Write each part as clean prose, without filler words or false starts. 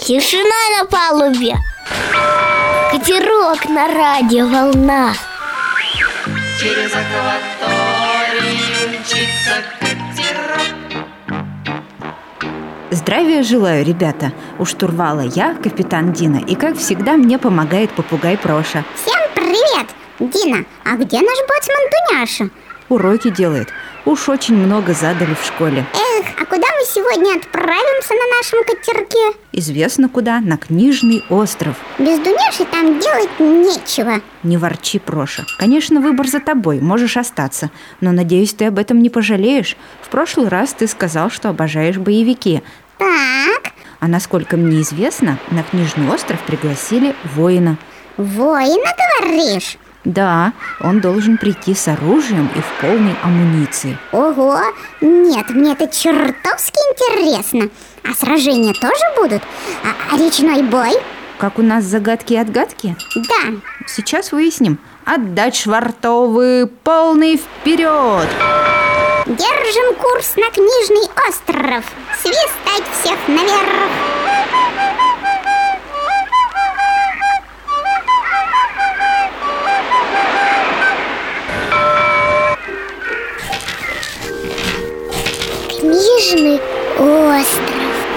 Тишина на палубе. Катерок на радиоволнах. Через акваторию мчится катерок. Здравия желаю, ребята! У штурвала я, капитан Дина, и, как всегда, мне помогает попугай Проша. Всем привет! Дина, а где наш боцман Дуняша? Уроки делает. Уж очень много задали в школе. Эх, а куда мы сегодня отправимся на нашем катерке? Известно куда, на Книжный остров. Без Дуняши там делать нечего. Не ворчи, Проша. Конечно, выбор за тобой, можешь остаться. Но, надеюсь, ты об этом не пожалеешь. В прошлый раз ты сказал, что обожаешь боевики. Так. А насколько мне известно, на Книжный остров пригласили воина. Воина, говоришь? Да, он должен прийти с оружием и в полной амуниции. Ого, нет, мне это чертовски интересно. А сражения тоже будут? А речной бой? Как у нас загадки и отгадки? Да. Сейчас выясним. Отдать швартовы, полный вперед! Держим курс на Книжный остров. Свистать всех наверх. Книжный остров.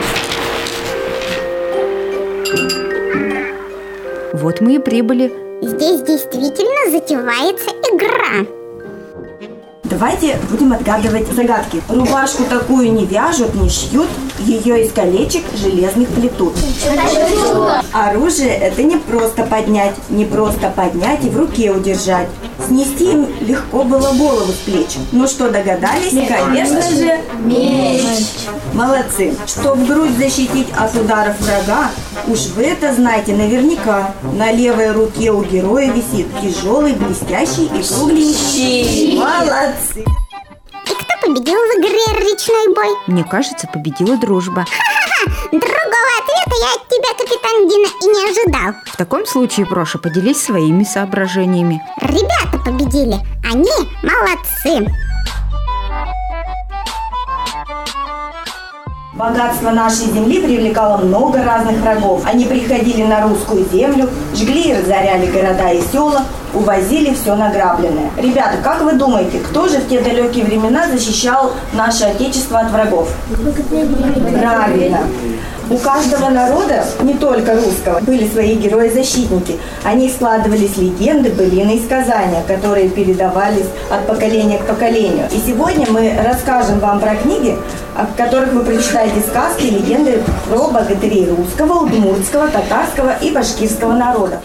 Вот мы и прибыли. Здесь действительно затевается игра. Давайте будем отгадывать загадки. Рубашку такую не вяжут, не шьют, ее из колечек железных плетут. Оружие это не просто поднять и в руке удержать. Снести им легко было голову с плеч. Ну что, догадались? Конечно же, меч. Молодцы. Чтоб грудь защитить от ударов врага, уж вы это знаете наверняка. На левой руке у героя висит тяжелый, блестящий и кругленький. Молодцы. И кто победил в игре «Речной бой»? Мне кажется, победила дружба. Другого ответа я от тебя, капитан Дина, и не ожидал. В таком случае, Проша, поделись своими соображениями. Ребята победили. Они молодцы. Богатство нашей земли привлекало много разных врагов. Они приходили на русскую землю, жгли и разоряли города и села, увозили все награбленное. Ребята, как вы думаете, кто же в те далекие времена защищал наше Отечество от врагов? Правильно. У каждого народа, не только русского, были свои герои-защитники. О них складывались легенды, былины и сказания, которые передавались от поколения к поколению. И сегодня мы расскажем вам про книги, в которых вы прочитаете сказки и легенды про богатырей русского, удмуртского, татарского и башкирского народов.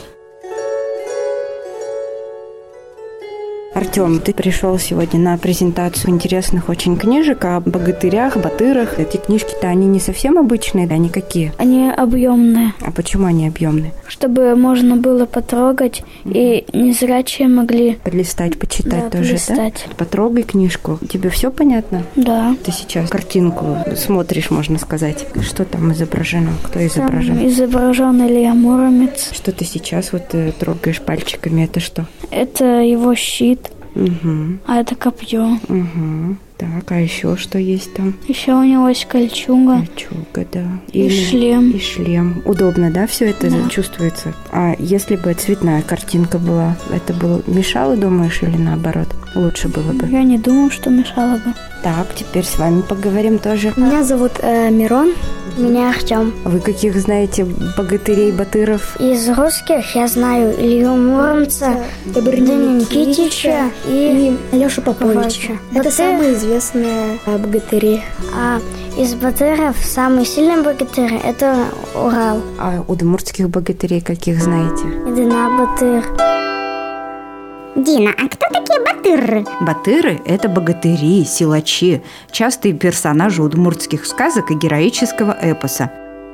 Артем, ты пришел сегодня на презентацию интересных очень книжек о богатырях, батырах. Эти книжки-то, они не совсем обычные, да, они какие? Они объемные. А почему они объемные? Чтобы можно было потрогать, и незрячие могли... Полистать, почитать да, тоже, полистать. да? Потрогай книжку. Тебе все понятно? Да. Ты сейчас картинку смотришь, можно сказать. Что там изображено? Кто изображен? Там изображен Илья Муромец. Что ты сейчас трогаешь пальчиками? Это что? Это его щит. Угу. А это копье. Угу. Так, а еще что есть там? Еще у него есть кольчуга. Кольчуга, да. И шлем. И шлем. Удобно, да, все это да. чувствуется? А если бы цветная картинка была, это было мешало, думаешь, или наоборот? Лучше было бы? Я не думаю, что мешало бы. Так, теперь с вами поговорим тоже. Меня зовут Мирон. Меня Артем. Вы каких знаете богатырей, батыров? Из русских я знаю Илью Муромца, Даню Никитича и Алешу Поповича. Это самые известные богатыри. А из батыров самый сильный богатырь – это Урал. А удмуртских богатырей каких знаете? Дина-батыр. Дина, а кто такие батыры? Батыры – это богатыри, силачи, частые персонажи удмуртских сказок и героического эпоса.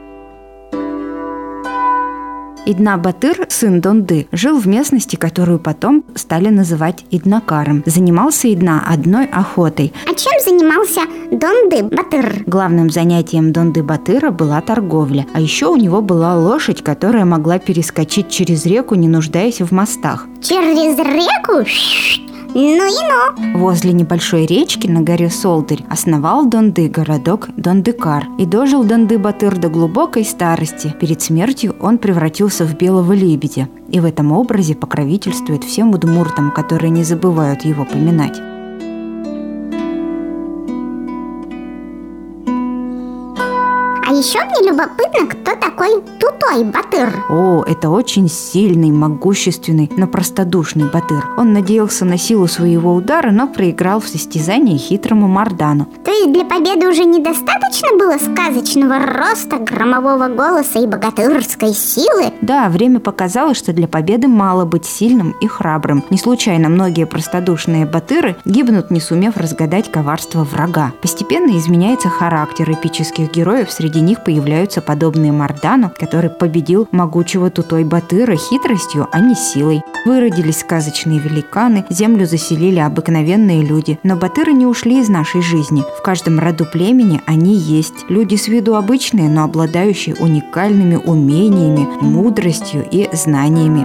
Идна-батыр, сын Донды, жил в местности, которую потом стали называть Иднакаром. Занимался Идна одной охотой. А чем занимался Донды-батыр? Главным занятием Донды-батыра была торговля. А еще у него была лошадь, которая могла перескочить через реку, не нуждаясь в мостах. Через реку? Ну и ну. Возле небольшой речки на горе Солдырь основал Донды городок Дондыкар. И дожил Донды-Батыр до глубокой старости. Перед смертью он превратился в белого лебедя. И в этом образе покровительствует всем удмуртам, которые не забывают его поминать. А еще мне любопытно, кто такой Тутой-Батыр. О, это очень сильный, могущественный, но простодушный батыр. Он надеялся на силу своего удара, но проиграл в состязании хитрому Мардану. То есть для победы уже недостаточно было сказочного роста, громового голоса и богатырской силы? Да, время показало, что для победы мало быть сильным и храбрым. Не случайно многие простодушные батыры гибнут, не сумев разгадать коварство врага. Постепенно изменяется характер эпических героев, среди них появляются подобные Мардану, который победил могучего Тутой-Батыра хитростью, а не силой. Выродились сказочные великаны, землю заселили обыкновенные люди. Но батыры не ушли из нашей жизни. В каждом роду племени они есть. Люди с виду обычные, но обладающие уникальными умениями, мудростью и знаниями.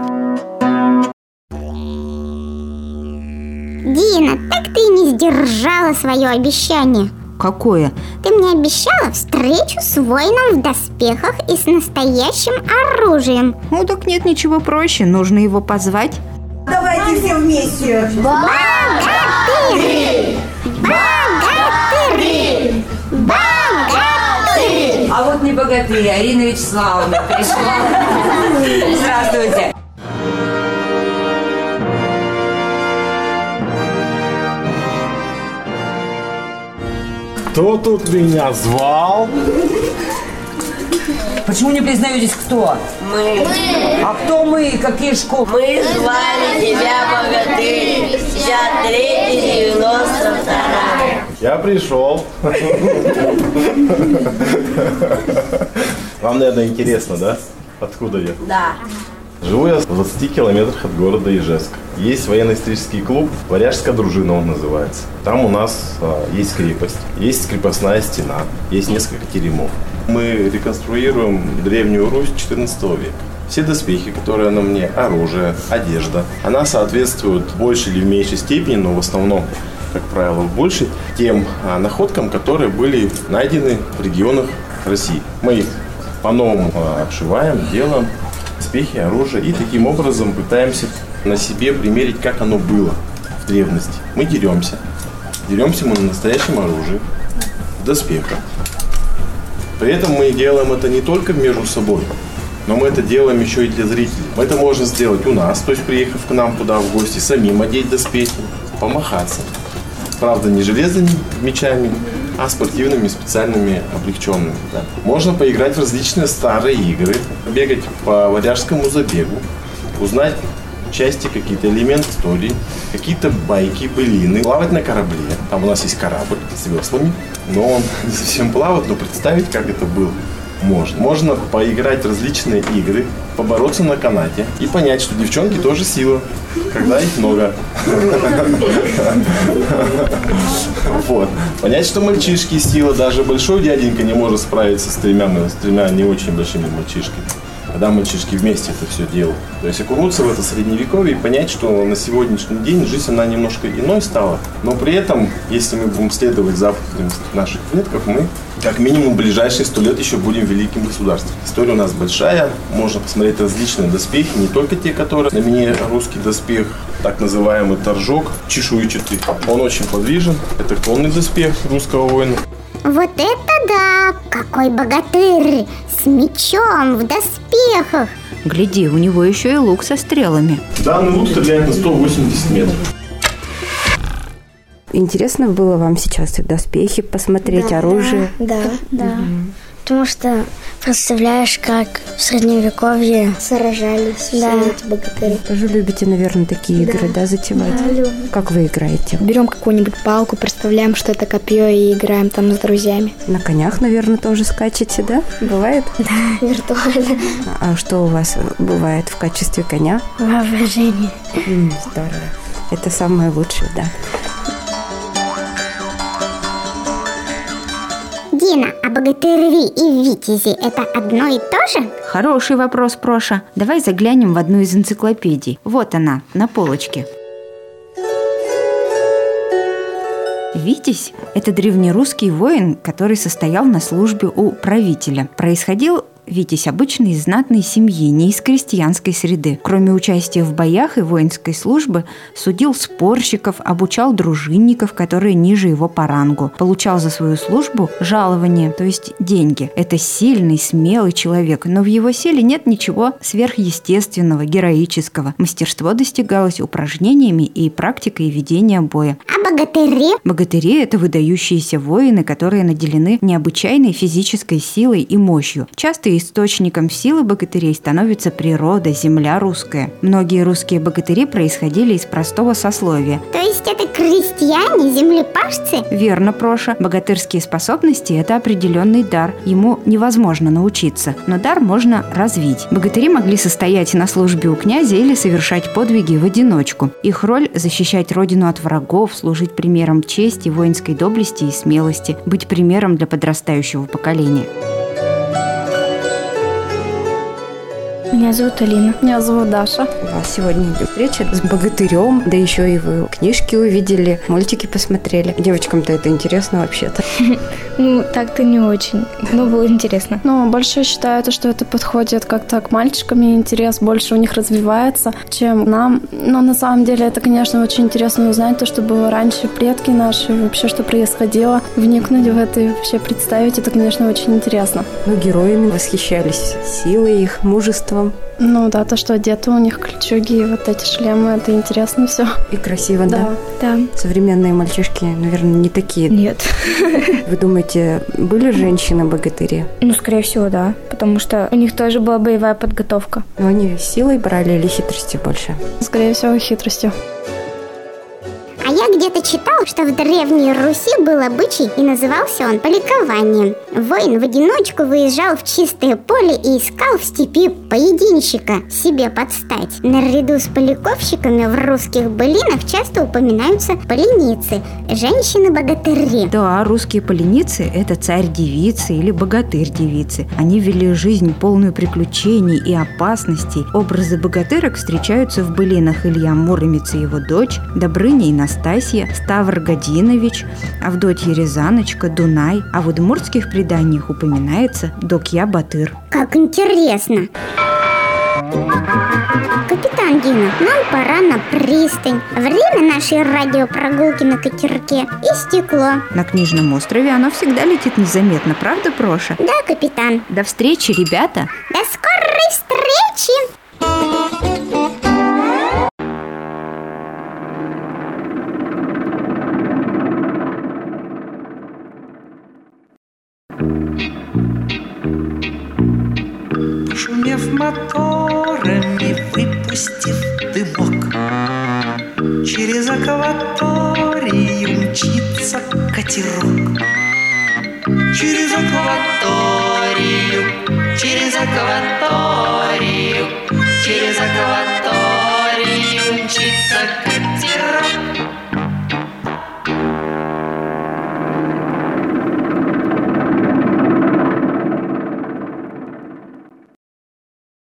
Дина, так ты и не сдержала свое обещание. Какое? Ты мне обещала встречу с воином в доспехах и с настоящим оружием. Ну так нет ничего проще, нужно его позвать. Давайте все вместе. Богатырь! Богатырь! Богатырь! А вот не богатырь, а Ирина Вячеславовна пришла. Здравствуйте. Кто тут меня звал? Почему не признаетесь, кто? Мы. А кто мы? Какие школы? Мы звали тебя, богатырь, 53-й, 92-й. Я пришел. Вам, наверное, интересно, да? Откуда я? Да. Живу я в 20 километрах от города Ижевск. Есть военно-исторический клуб, Варяжская дружина он называется. Там у нас есть крепость, есть крепостная стена, есть несколько теремов. Мы реконструируем Древнюю Русь XIV века. Все доспехи, которые на мне, оружие, одежда, она соответствует в большей или в меньшей степени, но в основном, как правило, в большей, тем находкам, которые были найдены в регионах России. Мы их по-новому обшиваем, делаем. Доспехи, оружие, и таким образом пытаемся на себе примерить, как оно было в древности. Мы деремся. Деремся мы на настоящем оружии, в доспехах. При этом мы делаем это не только между собой, но мы это делаем еще и для зрителей. Это можно сделать у нас, то есть приехав к нам туда в гости, самим одеть доспехи, помахаться. Правда, не железными мечами, а спортивными, специальными, облегченными. Да. Можно поиграть в различные старые игры, бегать по варяжскому забегу, узнать части, какие-то элементы истории, какие-то байки, былины, плавать на корабле. Там у нас есть корабль с веслами, но он не совсем плавает, но представить, как это было, можно. Можно поиграть в различные игры, побороться на канате и понять, что девчонки тоже сила, когда их много. Вот. Понять, что мальчишки сила, даже большой дяденька не может справиться с тремя не очень большими мальчишками, когда мальчишки вместе это все делают. То есть окунуться в это средневековье и понять, что на сегодняшний день жизнь, она немножко иной стала, но при этом, если мы будем следовать заповедям наших предков, мы как минимум в ближайшие 100 лет еще будем великим государством. История у нас большая, можно посмотреть различные доспехи, не только те, которые на мне русский доспех, так называемый торжок, чешуйчатый. Он очень подвижен, это конный доспех русского воина. Вот это да! Какой богатырь! С мечом в доспехах! Гляди, у него еще и лук со стрелами. Данный лук стреляет на 180 метров. Интересно было вам сейчас и доспехи посмотреть, оружие? Да. Потому что представляешь, как в Средневековье сражались все эти богатыри. Тоже любите, наверное, такие игры, да, затевать? Да, любим. Как вы играете? Берем какую-нибудь палку, представляем, что это копье, и играем там с друзьями. На конях, наверное, тоже скачете, да? Бывает? Да, виртуально. А что у вас бывает в качестве коня? Воображение. Здорово. Это самое лучшее, да. Дина, а богатыри и витязи – это одно и то же? Хороший вопрос, Проша. Давай заглянем в одну из энциклопедий. Вот она, на полочке. Витязь – это древнерусский воин, который состоял на службе у правителя. Происходил Витязь обычно из знатной семьи, не из крестьянской среды. Кроме участия в боях и воинской службы, судил спорщиков, обучал дружинников, которые ниже его по рангу. Получал за свою службу жалование, то есть деньги. Это сильный, смелый человек, но в его силе нет ничего сверхъестественного, героического. Мастерство достигалось упражнениями и практикой ведения боя. А богатыри? Богатыри – это выдающиеся воины, которые наделены необычайной физической силой и мощью. Часто источником силы богатырей становится природа, земля русская. Многие русские богатыри происходили из простого сословия. То есть это крестьяне, землепашцы? Верно, Проша. Богатырские способности – это определенный дар. Ему невозможно научиться, но дар можно развить. Богатыри могли состоять на службе у князя или совершать подвиги в одиночку. Их роль – защищать родину от врагов, служить примером чести, воинской доблести и смелости, быть примером для подрастающего поколения. Меня зовут Алина. Меня зовут Даша. У вас сегодня идет встреча с богатырем, да еще и вы книжки увидели, мультики посмотрели. Девочкам-то это интересно вообще-то. Ну, так-то не очень, но было интересно. Но больше считаю, что это подходит как-то к мальчикам, и интерес больше у них развивается, чем нам. Но на самом деле это, конечно, очень интересно узнать то, что было раньше, предки наши, вообще, что происходило. Вникнуть в это и вообще представить, это, конечно, очень интересно. Ну, героями восхищались, силой их, мужеством. Ну да, то, что одеты у них кольчуги и вот эти шлемы, это интересно все. И красиво, да? Да. Современные мальчишки, наверное, не такие. Нет. Вы думаете, были женщины-богатыри? Ну, скорее всего, да. Потому что у них тоже была боевая подготовка. Но они силой брали или хитростью больше? Скорее всего, хитростью. А я где-то читал, что в Древней Руси был обычай, и назывался он поликованием. Воин в одиночку выезжал в чистое поле и искал в степи поединщика себе подстать. Наряду с поликовщиками в русских былинах часто упоминаются поленицы, женщины-богатыри. Да, русские поленицы – это царь-девицы или богатырь-девицы. Они вели жизнь полную приключений и опасностей. Образы богатырок встречаются в былинах Илья Муромец и его дочь, Добрыня и Настасья, Ставр Годинович, Авдотья Рязаночка, Дунай. А в удмуртских преданиях упоминается Докья-Батыр. Как интересно! Капитан Дина, нам пора на пристань. Время нашей радиопрогулки на катерке истекло. На Книжном острове оно всегда летит незаметно, правда, Проша? Да, капитан. До встречи, ребята! До скорой встречи! Шумев моторами, выпустив дымок, через акваторию мчится катерок. Через акваторию